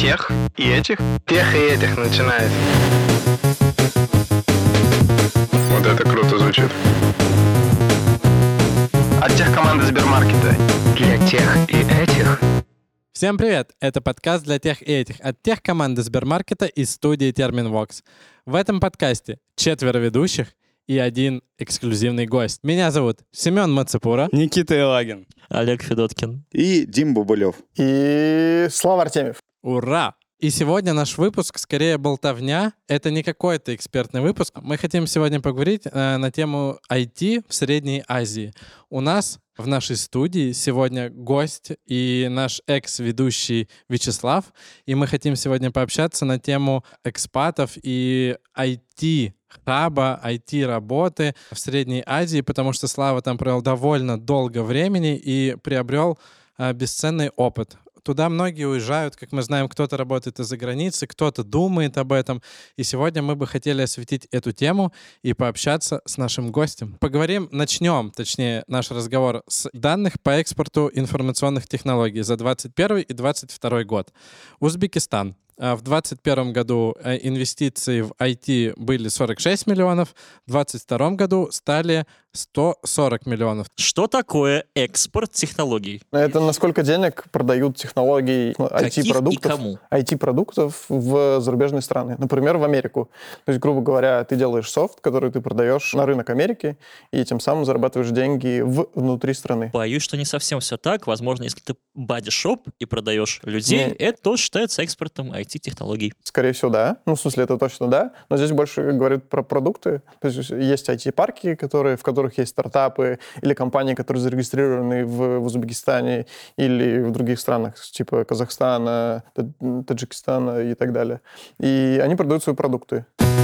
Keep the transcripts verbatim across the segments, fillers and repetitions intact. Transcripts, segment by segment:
тех и этих? Тех и этих начинает. Вот это круто звучит. От техкоманды Сбермаркета. Для тех и этих. Всем привет! Это подкаст для тех и этих от техкоманды Сбермаркета из студии Terminvox. В этом подкасте четверо ведущих и один эксклюзивный гость. Меня зовут Семен Мацепура, Никита Елагин, Олег Федоткин и Дим Бабулев. И Слава Артемьев. Ура! И сегодня наш выпуск скорее болтовня. Это не какой-то экспертный выпуск. Мы хотим сегодня поговорить э, на тему ай ти в Средней Азии. У нас в нашей студии сегодня гость и наш экс-ведущий Вячеслав. И мы хотим сегодня пообщаться на тему экспатов и ай ти-хаба, ай ти-работы в Средней Азии, потому что Слава там провел довольно долго времени и приобрел э, бесценный опыт. Туда многие уезжают, как мы знаем, кто-то работает из-за границы, кто-то думает об этом. И сегодня мы бы хотели осветить эту тему и пообщаться с нашим гостем. Поговорим, начнем, точнее, наш разговор с данных по экспорту информационных технологий за двадцать первый и двадцать второй год. Узбекистан. В двадцать первом году инвестиции в ай ти были сорок шесть миллионов, в двадцать втором году стали сто сорок миллионов. Что такое экспорт технологий? Это насколько денег продают технологий ай ти-продуктов, и кому? ай ти-продуктов в зарубежные страны. Например, в Америку. То есть, грубо говоря, ты делаешь софт, который ты продаешь на рынок Америки, и тем самым зарабатываешь деньги в, внутри страны. Боюсь, что не совсем все так. Возможно, если ты боди-шоп и продаешь людей, Не. это тоже считается экспортом ай ти-технологий. Скорее всего, да. Ну, в смысле, это точно да. Но здесь больше говорят про продукты. То есть есть ай ти-парки, которые, в которых есть стартапы или компании, которые зарегистрированы в, в Узбекистане или в других странах, типа Казахстана, Таджикистана и так далее. И они продают свои продукты.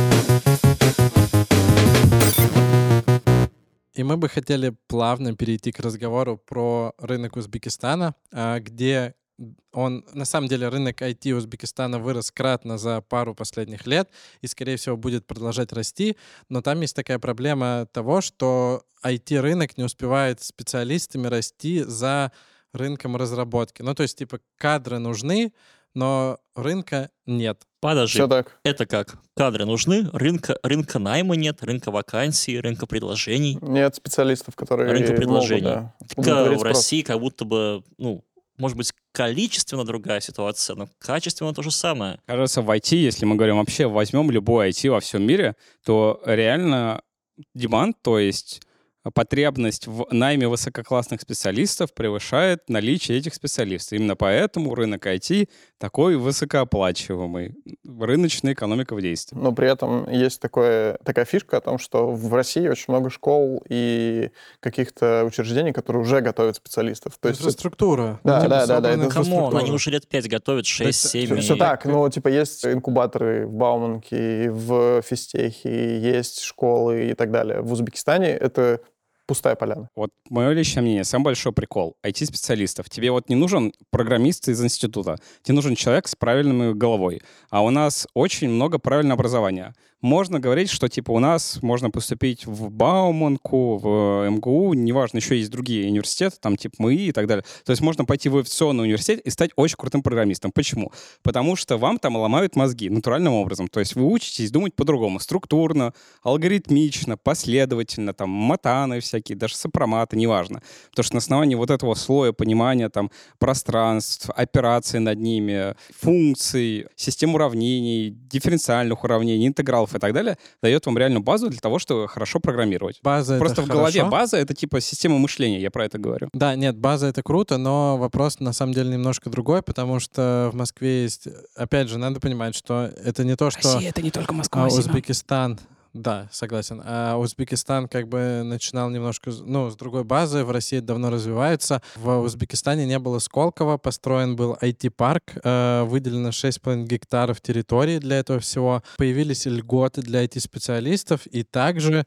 И мы бы хотели плавно перейти к разговору про рынок Узбекистана, где он, на самом деле, рынок ай ти Узбекистана вырос кратно за пару последних лет и, скорее всего, будет продолжать расти. Но там есть такая проблема того, что ай ти-рынок не успевает специалистами расти за рынком разработки. Ну, то есть, типа, кадры нужны, но рынка нет. Подожди, Все так. это как? Кадры нужны, рынка, рынка найма нет, рынка вакансий, рынка предложений. Нет специалистов, которые Рынка предложений. могут, да, Так, удовлетворить в спрос. России как будто бы, ну, может быть, количественно другая ситуация, но качественно то же самое. Кажется, в ай ти, если мы говорим вообще, возьмем любой ай ти во всем мире, то реально деманд, то есть потребность в найме высококлассных специалистов превышает наличие этих специалистов. Именно поэтому рынок ай ти такой высокооплачиваемый. Рыночная экономика в действии. Но при этом есть такое, такая фишка о том, что в России очень много школ и каких-то учреждений, которые уже готовят специалистов. То есть Инфраструктура. Да, Ну, типа, да, да, да, собрана это Камон, инфраструктура. они уже лет пять готовят, шесть, семь. Все и- так, ну, типа, есть инкубаторы в Бауманке, в Физтехе, есть школы и так далее. В Узбекистане это пустая поляна. Вот мое личное мнение, самый большой прикол ай ти-специалистов. Тебе вот не нужен программист из института, тебе нужен человек с правильной головой. А у нас очень много правильного образования. Можно говорить, что типа у нас можно поступить в Бауманку, в эм гэ у, неважно, еще есть другие университеты, там типа МИИ и так далее. То есть можно пойти в авиационный университет и стать очень крутым программистом. Почему? Потому что вам там ломают мозги натуральным образом. То есть вы учитесь думать по-другому, структурно, алгоритмично, последовательно, там матаны всякие, даже сопроматы, неважно. Потому что на основании вот этого слоя понимания там пространств, операций над ними, функций, систем уравнений, дифференциальных уравнений, интегралов и так далее, дает вам реальную базу для того, чтобы хорошо программировать. База — Просто это в голове хорошо. база — это типа система мышления, я про это говорю. Да, нет, база — это круто, но вопрос на самом деле немножко другой, потому что в Москве есть... Опять же, надо понимать, что это не то, что... это не только А Узбекистан, да, согласен. А Узбекистан как бы начинал немножко, ну, с другой базы. В России это давно развивается. В Узбекистане не было Сколково, построен был ай ти-парк, э, выделено шесть с половиной гектаров территории для этого всего. Появились льготы для ай ти-специалистов, и также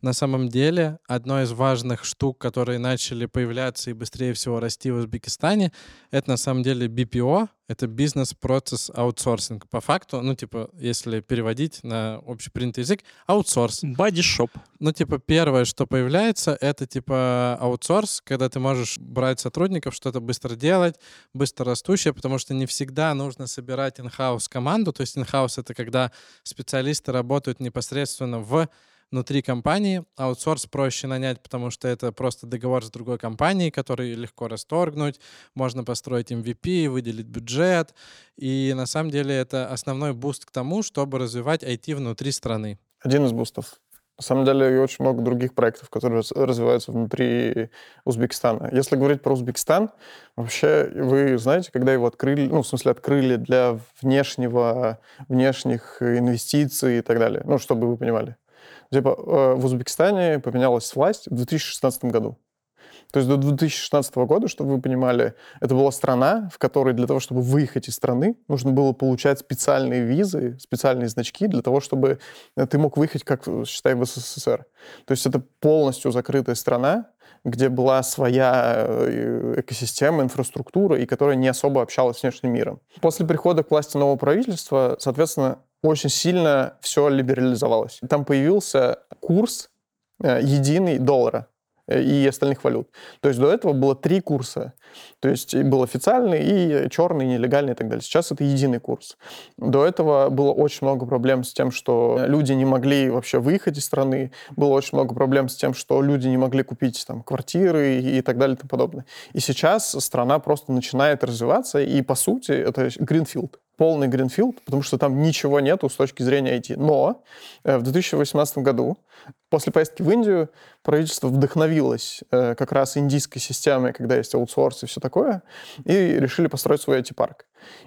на самом деле одной из важных штук, которые начали появляться и быстрее всего расти в Узбекистане, это на самом деле би пи о, это бизнес-процесс аутсорсинг. По факту, ну, типа, если переводить на общепринятый язык, аутсорс. Бодишоп. Ну, типа, первое, что появляется, это, типа, аутсорс, когда ты можешь брать сотрудников, что-то быстро делать, быстро растущее, потому что не всегда нужно собирать in-house команду. То есть in-house — это когда специалисты работают непосредственно в внутри компании. Аутсорс проще нанять, потому что это просто договор с другой компанией, который легко расторгнуть. Можно построить эм ви пи, выделить бюджет. И на самом деле это основной буст к тому, чтобы развивать ай ти внутри страны. Один из бустов. На самом деле и очень много других проектов, которые развиваются внутри Узбекистана. Если говорить про Узбекистан, вообще вы знаете, когда его открыли, ну, в смысле, открыли для внешнего, внешних инвестиций и так далее, ну, чтобы вы понимали. Типа, в Узбекистане поменялась власть в две тысячи шестнадцатом году. То есть до две тысячи шестнадцатого года, чтобы вы понимали, это была страна, в которой для того, чтобы выехать из страны, нужно было получать специальные визы, специальные значки для того, чтобы ты мог выехать, как, считай, в эс эс эс эр. То есть это полностью закрытая страна, где была своя экосистема, инфраструктура, и которая не особо общалась с внешним миром. После прихода к власти нового правительства, соответственно, очень сильно все либерализовалось. Там появился курс э, единый доллара и остальных валют. То есть до этого было три курса. То есть был официальный, и черный, и нелегальный, и так далее. Сейчас это единый курс. До этого было очень много проблем с тем, что люди не могли вообще выехать из страны. Было очень много проблем с тем, что люди не могли купить там квартиры и так далее и тому подобное. И сейчас страна просто начинает развиваться, и, по сути, это гринфилд. Полный гринфилд, потому что там ничего нету с точки зрения ай ти. Но в две тысячи восемнадцатом году, после поездки в Индию, правительство вдохновилось э, как раз индийской системой, когда есть аутсорс и все такое, и решили построить свой ай ти-парк.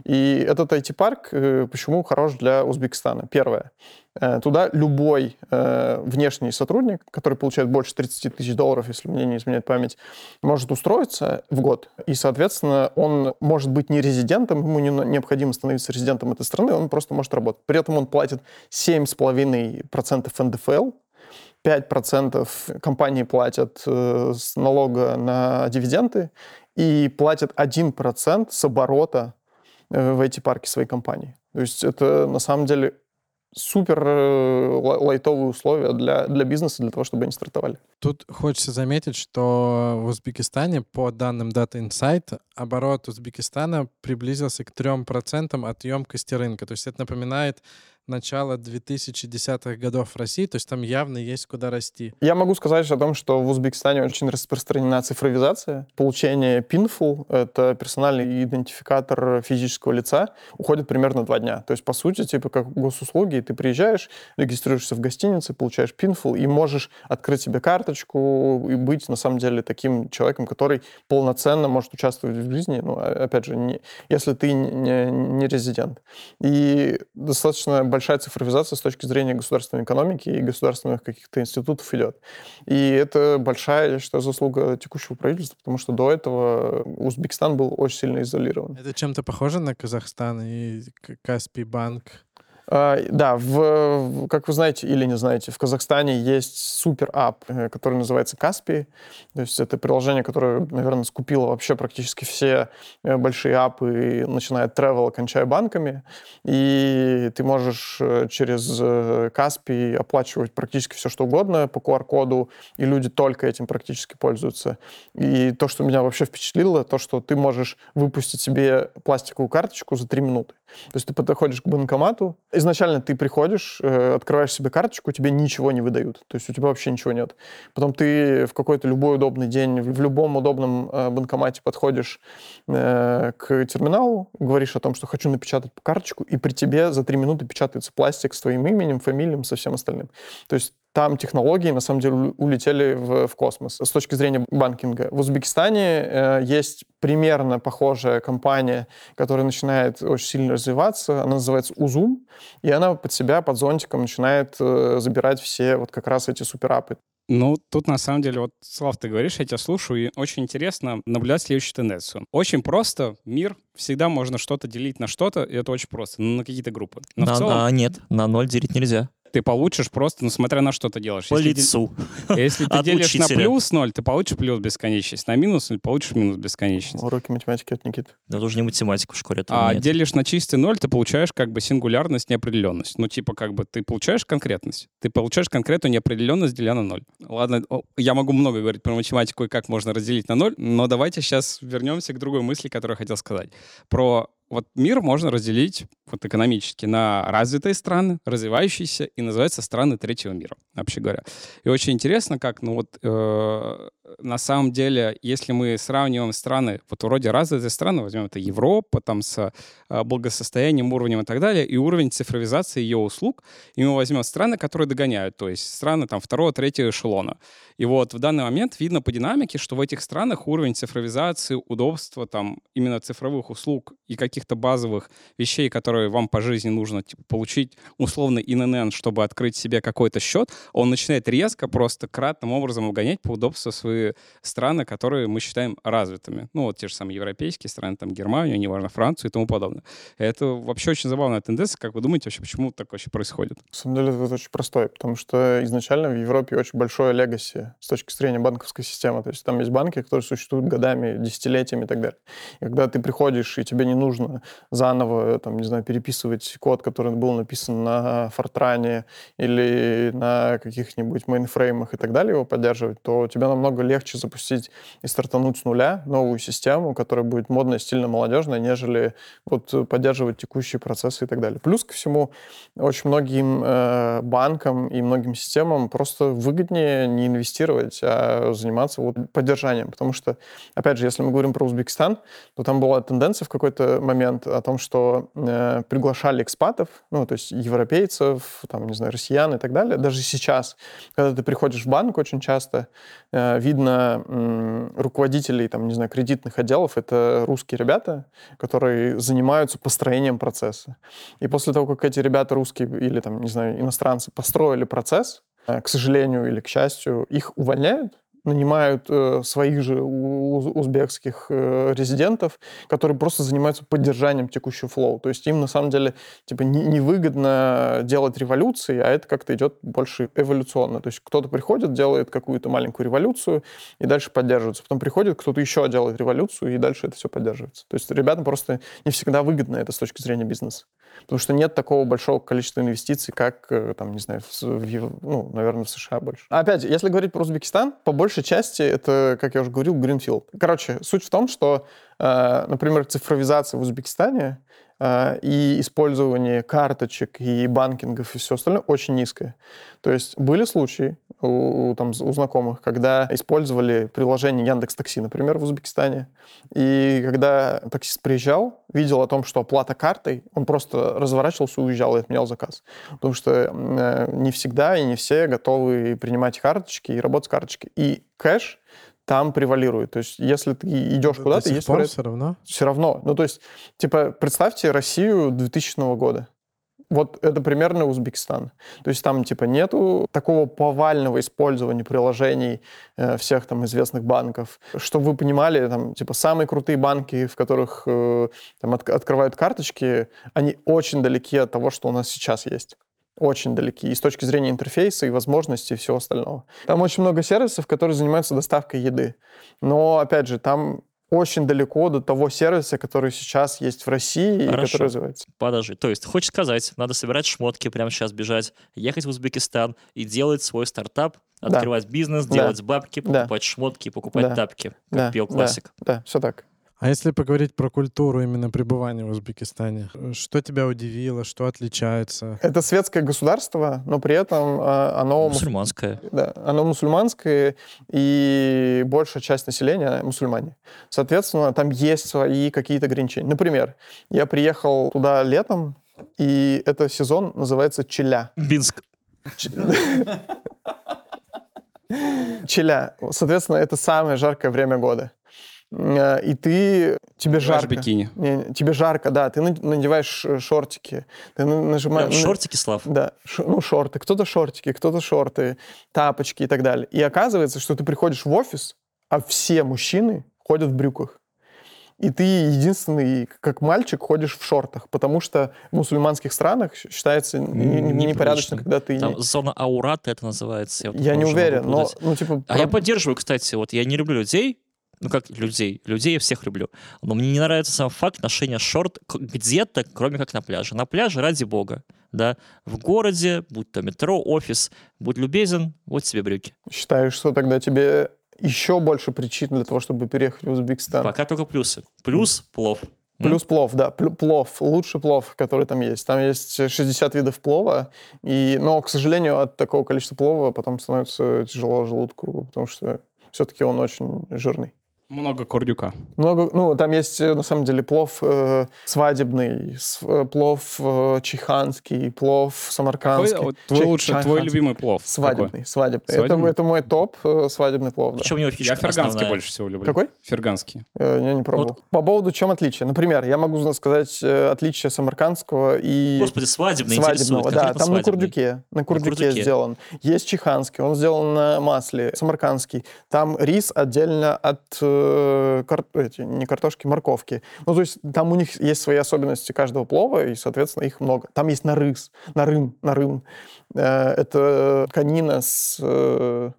И этот ай ти-парк э, почему хорош для Узбекистана? Первое. Э, туда любой э, внешний сотрудник, который получает больше тридцать тысяч долларов, если мне не изменяет память, может устроиться в год. И, соответственно, он может быть не резидентом, ему не необходимо становиться резидентом этой страны, он просто может работать. При этом он платит семь целых пять десятых процента эн дэ эф эл, пять процентов компании платят э, с налога на дивиденды и платят один процент с оборота э, в ай ти-парке своей компании. То есть это на самом деле супер э, лайтовые условия для, для бизнеса, для того, чтобы они стартовали. Тут хочется заметить, что в Узбекистане, по данным Data Insight, оборот Узбекистана приблизился к трем процентам от емкости рынка. То есть это напоминает начало две тысячи десятых годов в России, то есть там явно есть куда расти. Я могу сказать о том, что в Узбекистане очень распространена цифровизация. Получение пинфул, это персональный идентификатор физического лица, уходит примерно два дня. То есть, по сути, типа как госуслуги, ты приезжаешь, регистрируешься в гостинице, получаешь пинфул и можешь открыть себе карточку и быть, на самом деле, таким человеком, который полноценно может участвовать в жизни, ну, опять же, не, если ты не, не резидент. И достаточно большая цифровизация с точки зрения государственной экономики и государственных каких-то институтов идет. И это большая, я считаю, заслуга текущего правительства, потому что до этого Узбекистан был очень сильно изолирован. Это чем-то похоже на Казахстан и Каспий банк? Uh, да, в, как вы знаете или не знаете, в Казахстане есть супер-ап, который называется Каспий. То есть это приложение, которое, наверное, скупило вообще практически все большие апы, начиная от travel, кончая банками. И ты можешь через Каспий оплачивать практически все, что угодно по ку ар-коду, и люди только этим практически пользуются. И то, что меня вообще впечатлило, то, что ты можешь выпустить себе пластиковую карточку за три минуты. То есть ты подходишь к банкомату, изначально ты приходишь, открываешь себе карточку, тебе ничего не выдают. То есть у тебя вообще ничего нет. Потом ты в какой-то любой удобный день, в любом удобном банкомате подходишь к терминалу, говоришь о том, что хочу напечатать карточку, и при тебе за три минуты печатается пластик с твоим именем, фамилией, со всем остальным. То есть там технологии, на самом деле, улетели в, в космос с точки зрения банкинга. В Узбекистане э, есть примерно похожая компания, которая начинает очень сильно развиваться. Она называется Узум, и она под себя, под зонтиком начинает э, забирать все вот как раз эти суперапы. Ну, тут на самом деле, вот, Слав, ты говоришь, я тебя слушаю, и очень интересно наблюдать следующую тенденцию. Очень просто, мир, всегда можно что-то делить на что-то, и это очень просто, на какие-то группы. Но на, в целом... на, нет, на ноль делить нельзя. ты получишь просто, ну, смотря на что ты делаешь. По Если лицу. де- Если ты От делишь на учителя. плюс ноль, ты получишь плюс бесконечность. На минус ноль получишь минус бесконечность. Уроки математики от Никиты. Но это уже не математика в школе. Это А нет. делишь на чистый ноль, ты получаешь как бы сингулярность, неопределенность. Ну, типа, как бы ты получаешь конкретность. Ты получаешь конкретную неопределенность, деля на ноль. Ладно, о, я могу много говорить про математику и как можно разделить на ноль, но давайте сейчас вернемся к другой мысли, которую я хотел сказать. Про вот мир можно разделить вот экономически на развитые страны, развивающиеся, и называются страны третьего мира, вообще говоря. И очень интересно, как, ну вот, э, на самом деле, если мы сравниваем страны, вот вроде развитые страны, возьмем это Европа, там с э, благосостоянием, уровнем и так далее, и уровень цифровизации ее услуг, и мы возьмем страны, которые догоняют, то есть страны там второго, третьего эшелона. И вот в данный момент видно по динамике, что в этих странах уровень цифровизации, удобства, там именно цифровых услуг и каких-то базовых вещей, которые вам по жизни нужно, типа, получить условно ин эн эн, чтобы открыть себе какой-то счет, он начинает резко, просто кратным образом обгонять по удобству свои страны, которые мы считаем развитыми. Ну, вот те же самые европейские страны, там Германию, неважно, Францию и тому подобное. Это вообще очень забавная тенденция. Как вы думаете, вообще, почему так вообще происходит? На самом деле это очень простой, потому что изначально в Европе очень большое легаси с точки зрения банковской системы. То есть там есть банки, которые существуют годами, десятилетиями и так далее. И когда ты приходишь, и тебе не нужно заново, там, не знаю, переписывать код, который был написан на Фортране или на каких-нибудь мейнфреймах и так далее, его поддерживать, то тебе намного легче запустить и стартануть с нуля новую систему, которая будет модная, стильно молодежная, нежели вот поддерживать текущие процессы и так далее. Плюс ко всему, очень многим э, банкам и многим системам просто выгоднее не инвестировать, а заниматься вот поддержанием. Потому что, опять же, если мы говорим про Узбекистан, то там была тенденция в какой-то момент о том, что э, приглашали экспатов, ну, то есть европейцев, там, не знаю, россиян и так далее. Даже сейчас, когда ты приходишь в банк, очень часто э, видно э, руководителей, там, не знаю, кредитных отделов, это русские ребята, которые занимаются построением процесса. И после того, как эти ребята русские или, там, не знаю, иностранцы построили процесс, э, к сожалению или к счастью, их увольняют, нанимают э, своих же уз- узбекских э, резидентов, которые просто занимаются поддержанием текущего флоу. То есть им на самом деле типа не- невыгодно делать революции, а это как-то идет больше эволюционно. То есть кто-то приходит, делает какую-то маленькую революцию и дальше поддерживается. Потом приходит кто-то еще делает революцию и дальше это все поддерживается. То есть ребятам просто не всегда выгодно это с точки зрения бизнеса. Потому что нет такого большого количества инвестиций, как, э, там, не знаю, в, в Ев- ну, наверное, в США больше. Опять, если говорить про Узбекистан, по большей части это, как я уже говорил, greenfield. Короче, суть в том, что, э, например, цифровизация в Узбекистане э, и использование карточек и банкингов и все остальное очень низкое. То есть были случаи у, у, там, у знакомых, когда использовали приложение Яндекс.Такси, например, в Узбекистане, и когда таксист приезжал, видел о том, что оплата картой, он просто разворачивался, уезжал и отменял заказ. Потому что э, не всегда и не все готовы принимать карточки и работать с карточкой. И кэш там превалирует. То есть если ты идешь До куда-то, сих есть пор вероятность- все равно? все равно. Ну, то есть, типа, представьте Россию двухтысячного года. Вот это примерно Узбекистан. То есть там, типа, нету такого повального использования приложений э, всех там известных банков. Чтобы вы понимали, там, типа, самые крутые банки, в которых э, там от- открывают карточки, они очень далеки от того, что у нас сейчас есть. Очень далеки. И с точки зрения интерфейса, и возможностей, и всего остального. Там очень много сервисов, которые занимаются доставкой еды. Но, опять же, там очень далеко до того сервиса, который сейчас есть в России и Хорошо. который развивается. Подожди, то есть хочешь сказать, надо собирать шмотки, прямо сейчас бежать, ехать в Узбекистан и делать свой стартап, Да. открывать бизнес, Да. делать бабки, Да. покупать шмотки, покупать Да. тапки, как Да, пел да, классик. Да, все так. А если поговорить про культуру именно пребывания в Узбекистане, что тебя удивило, что отличается? Это светское государство, но при этом э, оно, мус- Мусульманская. да, оно мусульманское, и большая часть населения мусульмане. Соответственно, там есть свои какие-то ограничения. Например, я приехал туда летом, и этот сезон называется Челя. Бинск. Ч- Челя. Соответственно, это самое жаркое время года. Э, И ты... Тебе Одеваешь жарко. бикини. Не, не, тебе жарко, да. Ты на- надеваешь э, шортики. Ты на- нажимаешь... Прям шортики, Слав. Да, ш- ну, шорты. Кто-то шортики, кто-то шорты, тапочки и так далее. И оказывается, что ты приходишь в офис, а все мужчины ходят в брюках. и ты единственный, как мальчик, ходишь в шортах, потому что в мусульманских странах считается не- не- непорядочно, когда ты... Там зона аурата это называется. Я, вот Я не тоже могу уверен, но, путать. ну, типа... А я поддерживаю, кстати, вот я не люблю людей, ну как людей, людей я всех люблю, но мне не нравится сам факт ношения шорт к- где-то, кроме как на пляже. На пляже, ради бога, да, в городе, будь то метро, офис, будь любезен, вот тебе брюки. Считаю, что тогда тебе еще больше причин для того, чтобы переехать в Узбекистан. Пока только плюсы. Плюс плов. Плюс плов, да, плю- плов, лучший плов, который там есть. Там есть шестьдесят видов плова, и, но, к сожалению, от такого количества плова потом становится тяжело желудку, потому что все-таки он очень жирный. Много курдюка. Много, ну, там есть, э, на самом деле, плов э, свадебный, с- э, плов э, чайханский, плов Какой, самаркандский. вот твой чай- лучший, твой чайханский. любимый плов? Свадебный, свадебный. Свадебный? Это, это мой топ э, свадебный плов, да. В чем у него Какой? фишка Я ферганский основная? больше всего люблю. Какой? Ферганский. Э, Я не пробовал. Вот. По поводу чем отличие? Например, я могу сказать э, отличие самаркандского и Господи, свадебный свадебного. интересует. Да, конкретно там на свадебный. курдюке. На курдюке, курдюке. сделан. Есть чиханский, он сделан на масле. Самаркандский. Там рис отдельно от э, кар- эти, не картошки, морковки. Ну, то есть там у них есть свои особенности каждого плова, и, соответственно, их много. Там есть нарыс, нарым, нарым. Э, Это конина с... э,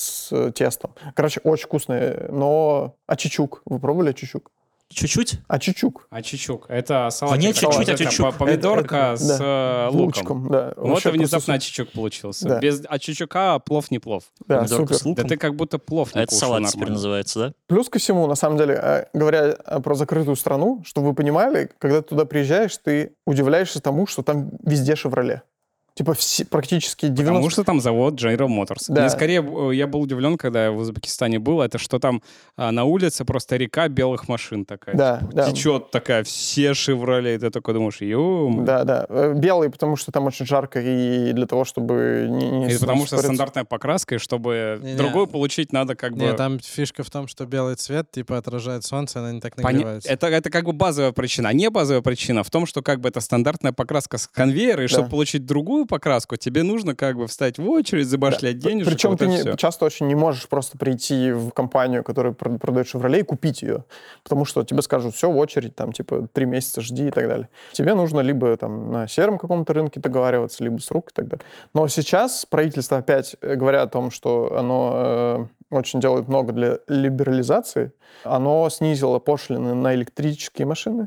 с тестом. Короче, очень вкусные, но ачичук. Вы пробовали ачичук? Чуть-чуть? Ачичук. А чучук? Это салат. Не чуть-чуть, а чучук. Помидорка Это- с да. э, луком. Лучком, да. Вот Вообще и внезапно вкусно. ачичук получился. Да. Без ачичука плов не плов. Да, Помидорка супер. с луком? Да ты как будто плов не А это кушал салат нормально. теперь называется, да? Плюс ко всему, на самом деле, э, говоря э, про закрытую страну, чтобы вы понимали, когда ты туда приезжаешь, ты удивляешься тому, что там везде «Шевроле». Типа все, практически девяносто... Потому что там завод General Motors. Да. Мне скорее, э, я был удивлен, когда я в Узбекистане был, это что там а, на улице просто река белых машин такая. Да, типа, да. Течет такая, все «Шевроле», и ты такой думаешь, ё Да, да. Э, Белый, потому что там очень жарко, и для того, чтобы не... не Это потому что спориться. стандартная покраска, и чтобы Не-не. другую получить, надо как бы... Не, там фишка в том, что белый цвет, типа, отражает солнце, она не так Поня- нагревается. Это, это как бы базовая причина. А не базовая причина в том, что как бы это стандартная покраска с конвейера, и Да. чтобы получить другую покраску, тебе нужно как бы встать в очередь, забашлять денежек. Причем вот ты это не- всё. часто очень не можешь просто прийти в компанию, которая прод- продает «Шевроле», и купить ее. Потому что тебе скажут, все, в очередь, там, типа, три месяца жди и так далее. Тебе нужно либо там на сером каком-то рынке договариваться, либо с рук и так далее. Но сейчас правительство опять, э, говоря о том, что оно э, очень делает много для либерализации, оно снизило пошлины на электрические машины,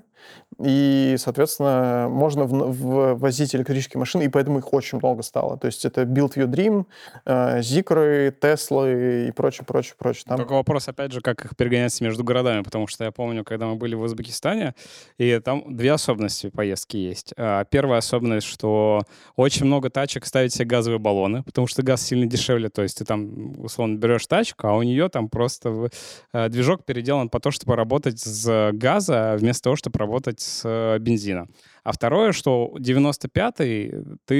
и, соответственно, можно в- ввозить электрические машины, и поэтому их очень много стало. То есть это Build Your Dream, э, Зикры, Теслы и прочее, прочее, прочее. Там... Только вопрос, опять же, как их перегоняться между городами, потому что я помню, когда мы были в Узбекистане, и там две особенности поездки есть. А, Первая особенность, что очень много тачек ставят себе газовые баллоны, потому что газ сильно дешевле, то есть ты там, условно, берешь тачку, а у нее там просто в- э, движок переделан по то, чтобы работать с газа, вместо того, чтобы работать с э, бензина. А второе, что девяносто пятый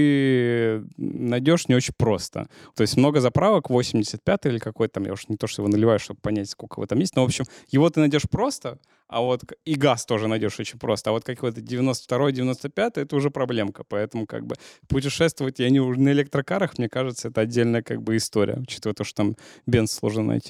ты найдешь не очень просто. То есть много заправок, восемьдесят пятый или какой-то там, я уж не то, что его наливаю, чтобы понять, сколько его там есть, но, в общем, его ты найдешь просто, а вот к- и газ тоже найдешь очень просто. А вот какой-то девяносто второй, девяносто пятый это уже проблемка. Поэтому как бы путешествовать, я не уже на электрокарах, мне кажется, это отдельная как бы история, учитывая то, что там бенз сложно найти.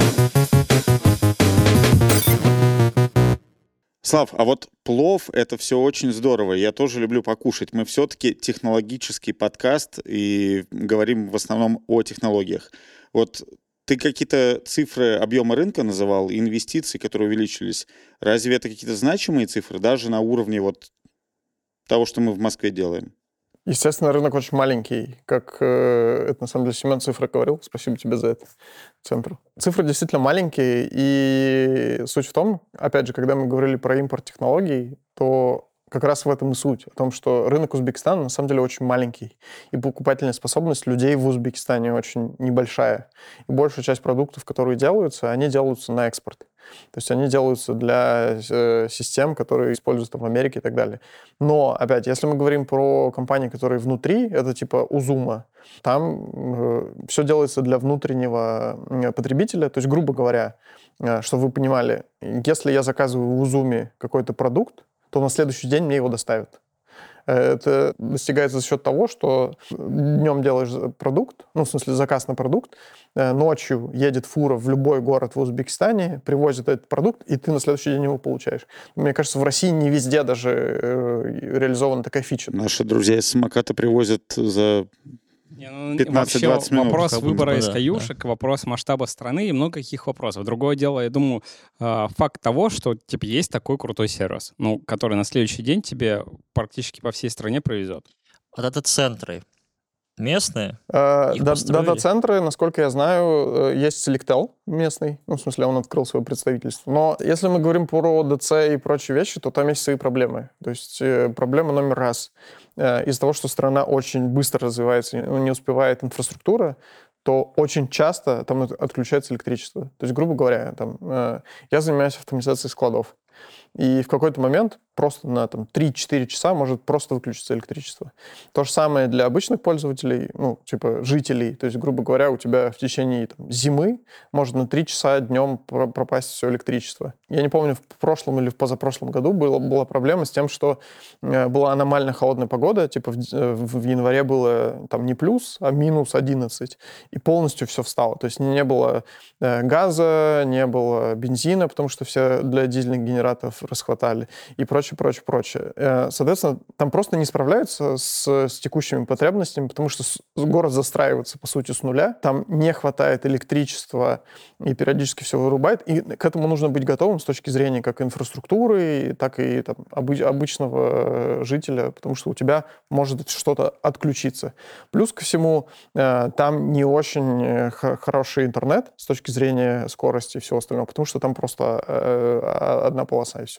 Слав, а вот плов — это все очень здорово. Я тоже люблю покушать. Мы все-таки технологический подкаст и говорим в основном о технологиях. Вот ты какие-то цифры объема рынка называл, инвестиции, которые увеличились. Разве это какие-то значимые цифры, даже на уровне вот того, что мы в Москве делаем? Естественно, рынок очень маленький, как э, это на самом деле Семен Цифра говорил. Спасибо тебе за это, Центру. Цифры действительно маленькие, и суть в том, опять же, когда мы говорили про импорт технологий, то как раз в этом и суть. О том, что рынок Узбекистана на самом деле очень маленький, и покупательная способность людей в Узбекистане очень небольшая. И большая часть продуктов, которые делаются, они делаются на экспорт. То есть они делаются для э, систем, которые используются в Америке и так далее. Но, опять, если мы говорим про компании, которые внутри, это типа Узума, там э, все делается для внутреннего э, потребителя. То есть, грубо говоря, э, чтобы вы понимали, если я заказываю в Узуме какой-то продукт, то на следующий день мне его доставят. Это достигается за счет того, что днем делаешь продукт, ну, в смысле, заказ на продукт, ночью едет фура в любой город в Узбекистане, привозит этот продукт, и ты на следующий день его получаешь. Мне кажется, в России не везде даже реализована такая фича. Наши друзья из самоката привозят за пятнадцать-двадцать минут. Вопрос Как выбора бы, из да, каюшек, вопрос масштаба страны и много каких вопросов. Другое дело, я думаю, э, факт того, что типа есть такой крутой сервис, ну, который на следующий день тебе практически по всей стране провезет. А дата-центры местные? Э, Их да- построили? Дата-центры, насколько я знаю, э, есть Selectel местный, ну, в смысле, он открыл свое представительство. Но если мы говорим про ДЦ и прочие вещи, то там есть свои проблемы. То есть э, проблема номер раз. Э, из-за того, что страна очень быстро развивается, ну, не успевает инфраструктура, то очень часто там от- отключается электричество. То есть, грубо говоря, там, э, я занимаюсь автоматизацией складов. И в какой-то момент просто на там, три-четыре часа может просто выключиться электричество. То же самое для обычных пользователей, ну, типа жителей. То есть, грубо говоря, у тебя в течение там, зимы может на три часа днем про- пропасть все электричество. Я не помню, в прошлом или в позапрошлом году было, была проблема с тем, что э, была аномально холодная погода. Типа в, э, в- в январе было там не плюс, а минус одиннадцать. И полностью все встало. То есть не было э, газа, не было бензина, потому что все для дизельных генераторов расхватали и прочее, прочее, прочее. Э, Соответственно, там просто не справляются с, с текущими потребностями, потому что с- город застраивается, по сути, с нуля. Там не хватает электричества и периодически все вырубает. И к этому нужно быть готовым с точки зрения как инфраструктуры, так и там, обы- обычного жителя, потому что у тебя может что-то отключиться. Плюс ко всему, э, там не очень э, х- хороший интернет с точки зрения скорости и всего остального, потому что там просто э, одна полоса и все.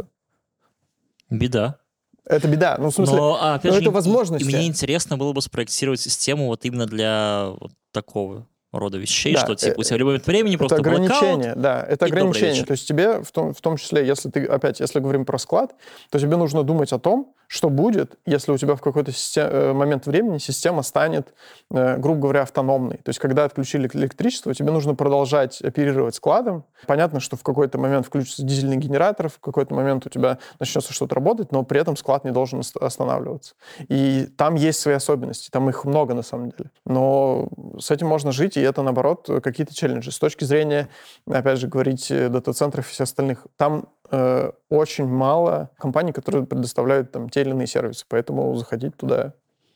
Беда. Это беда. Ну, в смысле, Но, а, опять ну, же, это и- возможности. И, мне интересно было бы спроектировать систему вот именно для вот такого рода вещей, Да, что типа у э, тебя в любой момент времени Это просто ограничение, блэкаут. да, это и добрый ограничение. вечер. То есть тебе, в том, в том числе, если ты, опять, если говорим про склад, то тебе нужно думать о том, что будет, если у тебя в какой-то систем- э, момент времени система станет, э, грубо говоря, автономной. То есть когда отключили электричество, тебе нужно продолжать оперировать складом. Понятно, что в какой-то момент включится дизельный генератор, в какой-то момент у тебя начнется что-то работать, но при этом склад не должен ост- останавливаться. И там есть свои особенности, там их много на самом деле. Но с этим можно жить, и это, наоборот, какие-то челленджи. С точки зрения, опять же, говорить э, дата-центров и всех остальных, там э, очень мало компаний, которые предоставляют там те или иные сервисы, поэтому заходить туда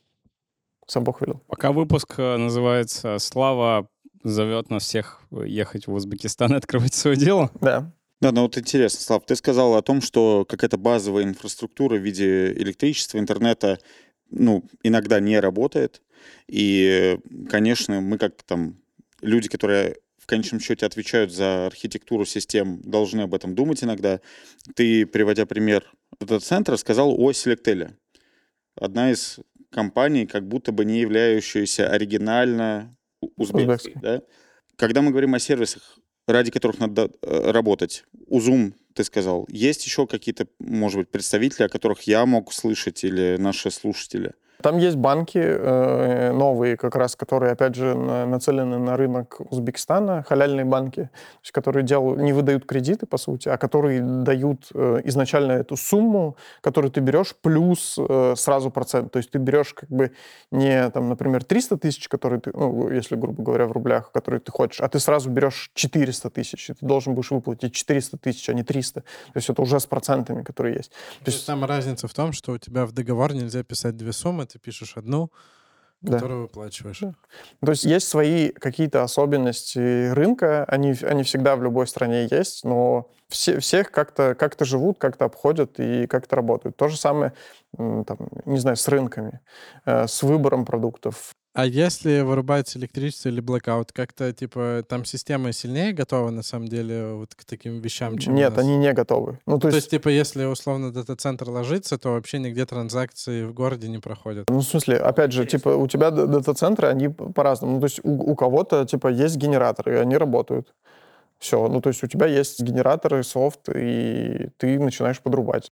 сам Бог велел. Пока выпуск э, называется «Слава зовет нас всех ехать в Узбекистан и открывать свое дело». Да. Да, ну вот интересно, Слав, ты сказал о том, что какая-то базовая инфраструктура в виде электричества, интернета, ну, иногда не работает. И, конечно, мы как там люди, которые в конечном счете отвечают за архитектуру систем, должны об этом думать иногда. Ты, приводя пример дата-центра, сказал о Selectel. Одна из компаний, как будто бы не являющаяся оригинально узбекской. Узбекской. Да? Когда мы говорим о сервисах, ради которых надо э, работать, Узум, ты сказал, есть еще какие-то, может быть, представители, о которых я мог слышать, или наши слушатели? Там есть банки э, новые, как раз, которые, опять же, на- нацелены на рынок Узбекистана, халяльные банки, то есть, которые делают, не выдают кредиты, по сути, а которые дают э, изначально эту сумму, которую ты берешь, плюс э, сразу процент. То есть ты берешь как бы не, там, например, триста тысяч, которые ты, ну, если, грубо говоря, в рублях, которые ты хочешь, а ты сразу берешь четыреста тысяч, и ты должен будешь выплатить четыреста тысяч, а не триста. То есть это уже с процентами, которые есть. То есть там разница в том, что у тебя в договор нельзя писать две суммы, ты пишешь одну, Да. которую выплачиваешь. Да. То есть есть свои какие-то особенности рынка, они, они всегда в любой стране есть, но все, всех как-то как живут, как-то обходят и как-то работают. То же самое, м, там, не знаю, с рынками, э, с выбором продуктов. А если вырубается электричество или блэкаут, как-то, типа, там система сильнее готова, на самом деле, вот к таким вещам, чем у Нет, нас? они не готовы. Ну, то, То есть, есть, типа, если, условно, дата-центр ложится, то вообще нигде транзакции в городе не проходят. ну, в смысле, опять же, типа, у тебя д- дата-центры, они п- по-разному. Ну, то есть у, у кого-то, типа, есть генераторы, и они работают. Все. Ну, то есть у тебя есть генераторы, софт, и ты начинаешь подрубать.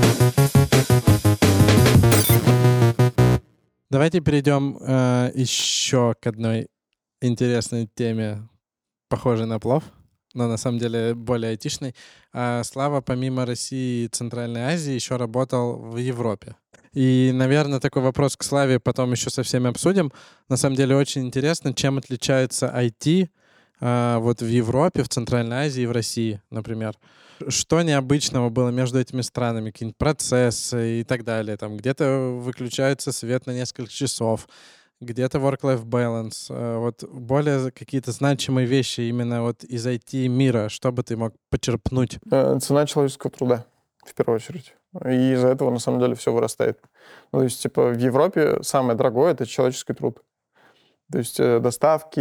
Давайте перейдем э, еще к одной интересной теме, похожей на плов, но на самом деле более айтишной. А Слава помимо России и Центральной Азии еще работал в Европе. И, наверное, такой вопрос к Славе потом еще со всеми обсудим. На самом деле очень интересно, чем отличается ай ти э, вот в Европе, в Центральной Азии и в России, например. Что необычного было между этими странами? Какие-нибудь процессы и так далее. Там где-то выключается свет на несколько часов, где-то work-life balance. Э, вот более какие-то значимые вещи именно вот из ай ти-мира. Что бы ты мог почерпнуть? Э, Цена человеческого труда, в первую очередь. И из-за этого, на самом деле, все вырастает. Ну, то есть, типа, в Европе самое дорогое — это человеческий труд. То есть э, доставки,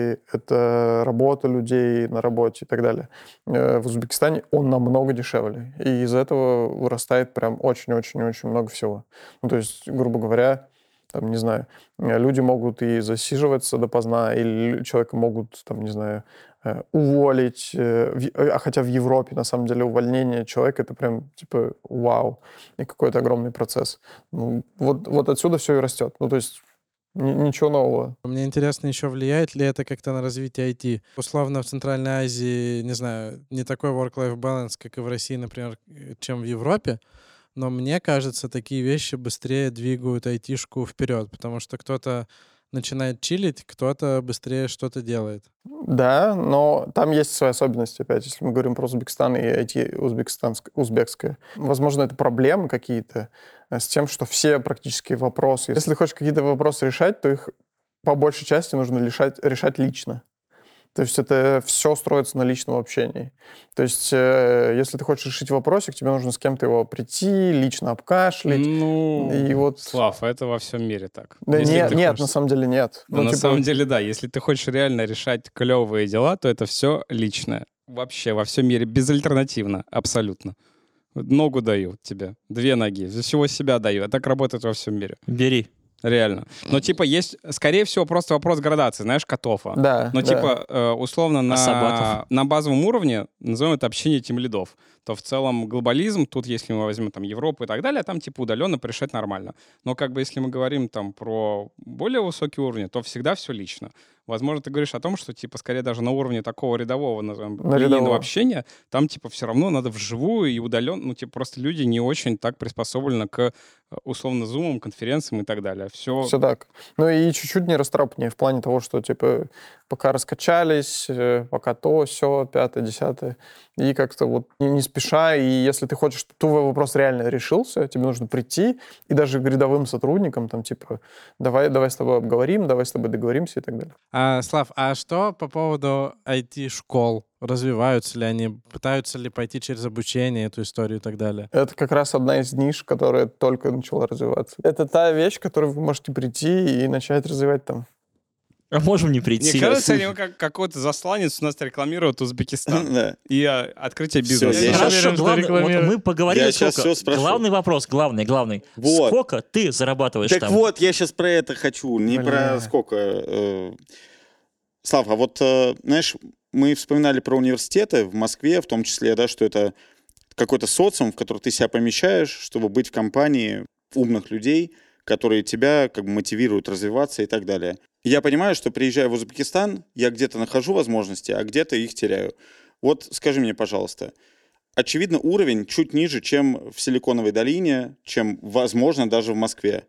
это работа людей на работе и так далее. Э, в Узбекистане он намного дешевле. И из-за этого вырастает прям очень-очень-очень много всего. Ну, то есть, грубо говоря, там, не знаю, э, люди могут и засиживаться допоздна, или человека могут, там, не знаю, э, уволить. э, в- А хотя в Европе, на самом деле, увольнение человека — это прям, типа, вау, и какой-то огромный процесс. Ну, вот, вот отсюда все и растет. Ну, то есть ни- ничего нового. Мне интересно еще, влияет ли это как-то на развитие ай ти. Условно, в Центральной Азии, не знаю, не такой work-life balance, как и в России, например, э, чем в Европе, но мне кажется, такие вещи быстрее двигают айтишку вперед, потому что кто-то начинает чилить, кто-то быстрее что-то делает. Да, но там есть свои особенности, опять, если мы говорим про Узбекистан и ай ти узбекистанск- узбекское. Возможно, это проблемы какие-то э, с тем, что все практически вопросы, если ты хочешь какие-то вопросы решать, то их по большей части нужно решать, решать лично. То есть это все строится на личном общении. То есть э, если ты хочешь решить вопросик, тебе нужно с кем-то его прийти, лично обкашлять. Ну, И вот- Слав, это во всем мире так. Да Если нет, ты нет, хочешь- на самом деле нет. Ну, Ну, на типа, самом деле, да. Если ты хочешь реально решать клевые дела, то это все личное. Вообще во всем мире безальтернативно, абсолютно. Ногу даю тебе, две ноги, за всего себя даю. А так работает во всем мире. Бери. Реально. Но типа есть, скорее всего, просто вопрос градации, знаешь, котофа. Да, Но да. типа э, условно на, Асабатов. на базовом уровне, назовем это общение тимлидов, то в целом глобализм, тут если мы возьмем там Европу и так далее, там типа удаленно порешать нормально. Но как бы если мы говорим там про более высокие уровни, то всегда все лично. Возможно, ты говоришь о том, что типа скорее даже на уровне такого рядового, назовем, На линейного рядового. общения, там типа все равно надо вживую и удаленно, ну типа просто люди не очень так приспособлены к э, условно зумам, конференциям и так далее. Все, Все так. Ну и чуть-чуть нерасторопнее в плане того, что, типа, пока раскачались, э, пока то, все, пятое, десятое. И как-то вот не, не спеша, и если ты хочешь, чтобы твой вопрос реально решился, тебе нужно прийти, и даже рядовым сотрудникам, там, типа, давай, давай с тобой обговорим, давай с тобой договоримся и так далее. А, Слав, а что по поводу ай ти-школ? Развиваются ли они? Пытаются ли пойти через обучение эту историю и так далее? Это как раз одна из ниш, которая только начала развиваться. Это та вещь, к которой вы можете прийти и начать развивать там. А можем не Мне прийти. кажется, они как какой-то засланец у нас рекламирует Узбекистан. Да. И а, открытие Всё, бизнеса. я Хорошо, уверен, что главное, вот рекламируют. мы поговорили Я щас сколько. всё спрошу. Главный вопрос, главный, главный. Вот. Сколько ты зарабатываешь Так там? вот, я сейчас про это хочу, не Бля. про сколько. э. Слав, а вот, э, знаешь, мы вспоминали про университеты в Москве, в том числе, да, что это какой-то социум, в который ты себя помещаешь, чтобы быть в компании умных людей, которые тебя как бы мотивируют развиваться и так далее. И я понимаю, что приезжая в Узбекистан, я где-то нахожу возможности, а где-то их теряю. Вот скажи мне, пожалуйста, очевидно, уровень чуть ниже, чем в Силиконовой долине, чем, возможно, даже в Москве.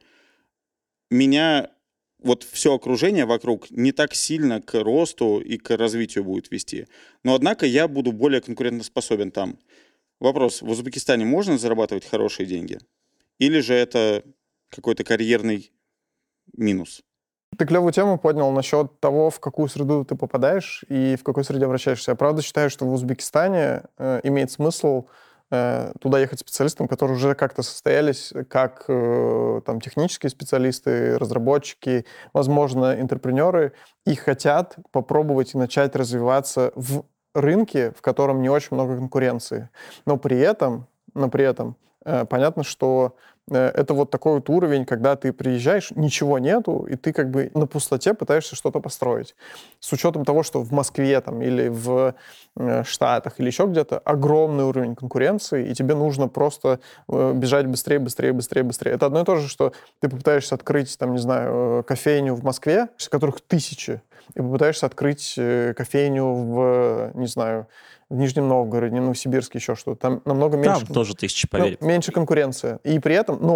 Меня вот все окружение вокруг не так сильно к росту и к развитию будет вести. Но, однако, я буду более конкурентоспособен там. Вопрос, в Узбекистане можно зарабатывать хорошие деньги? Или же это какой-то карьерный минус? Ты клевую тему поднял насчет того, в какую среду ты попадаешь и в какой среде вращаешься. Я правда считаю, что в Узбекистане э, имеет смысл э, туда ехать специалистам, которые уже как-то состоялись как э, там, технические специалисты, разработчики, возможно, интерпренеры, и хотят попробовать и начать развиваться в рынке, в котором не очень много конкуренции. Но при этом, но при этом э, понятно, что это вот такой вот уровень, когда ты приезжаешь, ничего нету, и ты как бы на пустоте пытаешься что-то построить. С учетом того, что в Москве там, или в э, Штатах, или еще где-то огромный уровень конкуренции, и тебе нужно просто э, бежать быстрее, быстрее, быстрее, быстрее. Это одно и то же, что ты попытаешься открыть, там, не знаю, кофейню в Москве, из которых тысячи, и попытаешься открыть э, кофейню в, не знаю, в Нижнем Новгороде, Новосибирске, еще что-то. Там намного меньше... Там тоже тысячи, Ну, поверь. меньше конкуренция. И при этом, но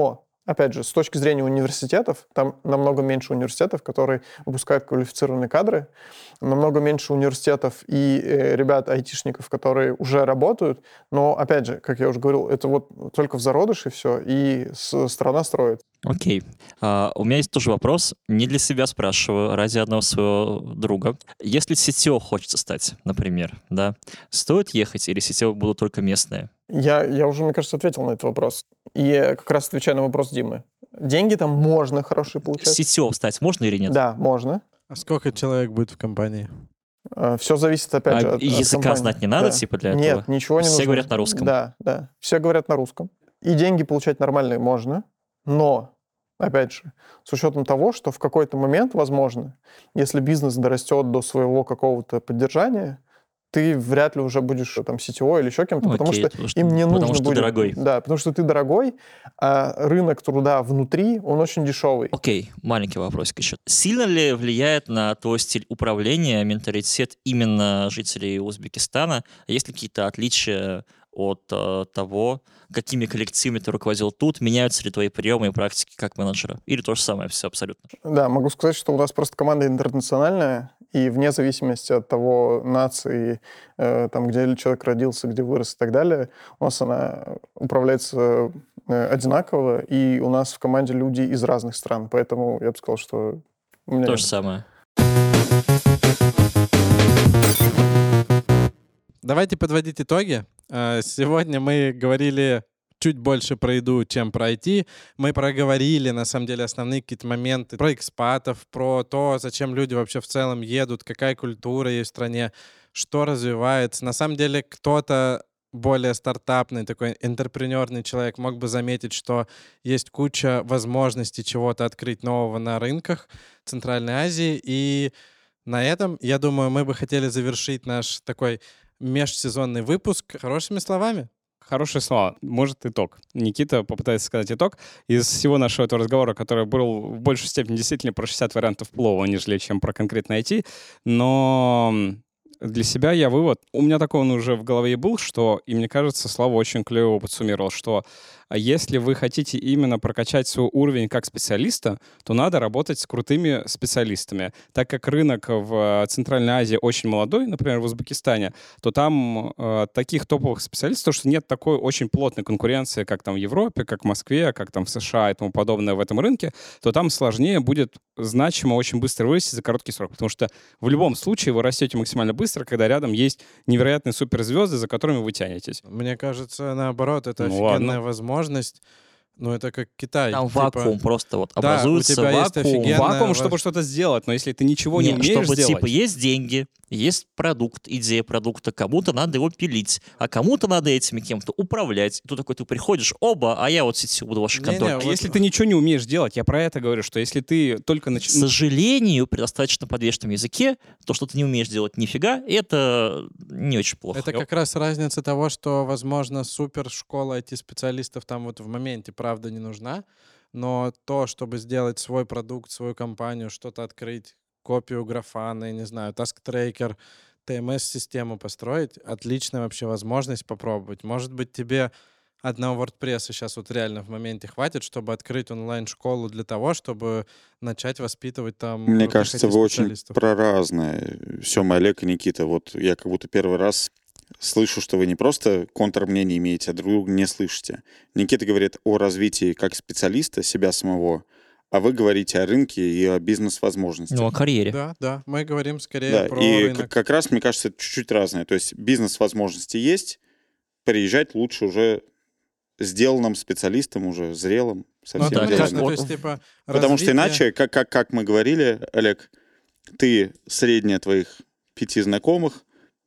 Опять же, с точки зрения университетов, там намного меньше университетов, которые выпускают квалифицированные кадры, намного меньше университетов и э, ребят, айтишников, которые уже работают, но, опять же, как я уже говорил, это вот только в зародыше все, и с- страна строит. Окей. А, у меня есть тоже вопрос. Не для себя спрашиваю, ради одного своего друга. Если си ти о хочется стать, например, да, стоит ехать или си ти о будут только местные? Я, я уже, мне кажется, ответил на этот вопрос. И я как раз отвечаю на вопрос Димы. Деньги там можно хорошие получать. си ти о стать можно или нет? Да, можно. А сколько человек будет в компании? Все зависит, опять А же, от, и от языка компании. знать не надо, Да. типа, для Нет, этого? ничего не Все нужно. говорят на русском? Да, да. Все говорят на русском. И деньги получать нормальные можно, но, опять же, с учетом того, что в какой-то момент, возможно, если бизнес дорастет до своего какого-то поддержания, ты вряд ли уже будешь там си ти о или еще кем-то, Ну, потому окей, что потому что- им не потому нужно что будет... дорогой. Да, потому что ты дорогой, а рынок труда внутри, он очень дешевый. Окей, маленький вопросик еще. Сильно ли влияет на твой стиль управления, менталитет именно жителей Узбекистана? Есть ли какие-то отличия от э, того, какими коллективами ты руководил тут? Меняются ли твои приемы и практики как менеджера? Или то же самое, все абсолютно? Да, могу сказать, что у нас просто команда интернациональная, и вне зависимости от того нации, э, там, где человек родился, где вырос и так далее, у нас она управляется э, одинаково, и у нас в команде люди из разных стран, поэтому я бы сказал, что у меня То нет. же самое. Давайте подводить итоги. Э, Сегодня мы говорили чуть больше про еду, чем про ай ти. Мы проговорили, на самом деле, основные какие-то моменты про экспатов, про то, зачем люди вообще в целом едут, какая культура есть в стране, что развивается. На самом деле, кто-то более стартапный, такой интерпренерный человек мог бы заметить, что есть куча возможностей чего-то открыть нового на рынках Центральной Азии. И на этом, я думаю, мы бы хотели завершить наш такой межсезонный выпуск хорошими словами. Хорошие слова. Может, итог. Никита попытается сказать итог. Из всего нашего этого разговора, который был в большей степени действительно про шестьдесят вариантов плова, нежели чем про конкретно ай ти, но для себя я вывод... У меня такой он уже в голове и был, что, и мне кажется, Слава очень клево подсуммировал, что если вы хотите именно прокачать свой уровень как специалиста, то надо работать с крутыми специалистами. Так как рынок в Центральной Азии очень молодой, например, в Узбекистане, то там э, таких топовых специалистов, потому что нет такой очень плотной конкуренции, как там в Европе, как в Москве, как там в США и тому подобное в этом рынке, то там сложнее будет значимо очень быстро вырасти за короткий срок. Потому что в любом случае вы растете максимально быстро, когда рядом есть невероятные суперзвезды, за которыми вы тянетесь. Мне кажется, наоборот, это Ну, офигенная ладно. возможность. Ну, это как Китай. Там типа, вакуум просто вот да, образуется у тебя есть вакуум. офигенная Вакуум, ваш- чтобы что-то сделать, но если ты ничего не, Не, умеешь чтобы, сделать... типа, есть деньги, есть продукт, идея продукта, кому-то надо его пилить, а кому-то надо этими кем-то управлять. И тут такой ты приходишь, оба, а я вот сетью буду в вашей Не-не, конторе. А вот- если ты ничего не умеешь делать, я про это говорю, что если ты только К начинаешь... сожалению, при достаточно подвешенном языке, то, что ты не умеешь делать нифига, это не очень плохо. Это как раз разница того, что, возможно, супершкола ай ти-специалистов там вот в моменте, правда, не нужна, но то, чтобы сделать свой продукт, свою компанию, что-то открыть, копию графана, я не знаю, TaskTracker, ти эм эс-систему построить, отличная вообще возможность попробовать. Может быть, тебе одного WordPress сейчас вот реально в моменте хватит, чтобы открыть онлайн-школу для того, чтобы начать воспитывать там Мне крутых кажется, вы очень ай ти-специалистов. про разное. Сема, Олег и Никита, вот я как будто первый раз слышу, что вы не просто контрмнение имеете, а друг друга не слышите. Никита говорит о развитии как специалиста, себя самого, а вы говорите о рынке и о бизнес-возможностях. Ну, о карьере. Да, да, мы говорим скорее Да, про и рынок. как, как раз, мне кажется, это чуть-чуть разное. То есть бизнес-возможности есть, приезжать лучше уже сделанным специалистом, уже зрелым, Ну, совсем это да, понятно, зрелым. то вот- есть, типа, Потому что развитие- иначе, как, как, как мы говорили, Олег, ты средняя твоих пяти знакомых,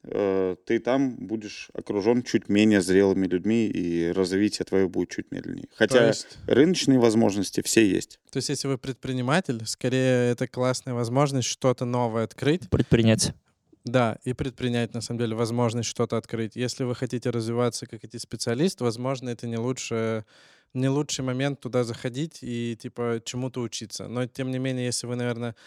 э, ты там будешь окружен чуть менее зрелыми людьми, и развитие твое будет чуть медленнее. То Хотя есть, рыночные возможности все есть. то есть, если вы предприниматель, скорее это классная возможность что-то новое открыть, Предпринять. да, и предпринять, на самом деле, возможность что-то открыть. Если вы хотите развиваться как ай ти-специалист, возможно, это не лучше, не лучший момент туда заходить и, типа, чему-то учиться. Но, тем не менее, если вы, наверное,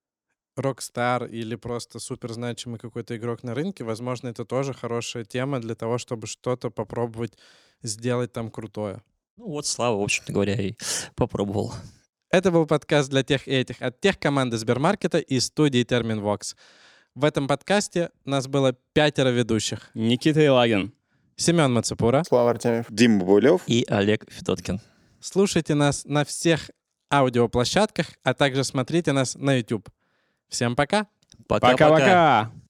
рок-стар или просто суперзначимый какой-то игрок на рынке, возможно, это тоже хорошая тема для того, чтобы что-то попробовать сделать там крутое. Ну вот, Слава, в общем-то говоря, и попробовал. Это был подкаст для тех и этих от тех команды Сбермаркета и студии Terminvox. В этом подкасте нас было пятеро ведущих. Никита Елагин. Семен Мацепура. Слава Артемьев. Дима Булев. И Олег Федоткин. Слушайте нас на всех аудиоплощадках, а также смотрите нас на YouTube. Всем пока! Пока-пока. Пока-пока.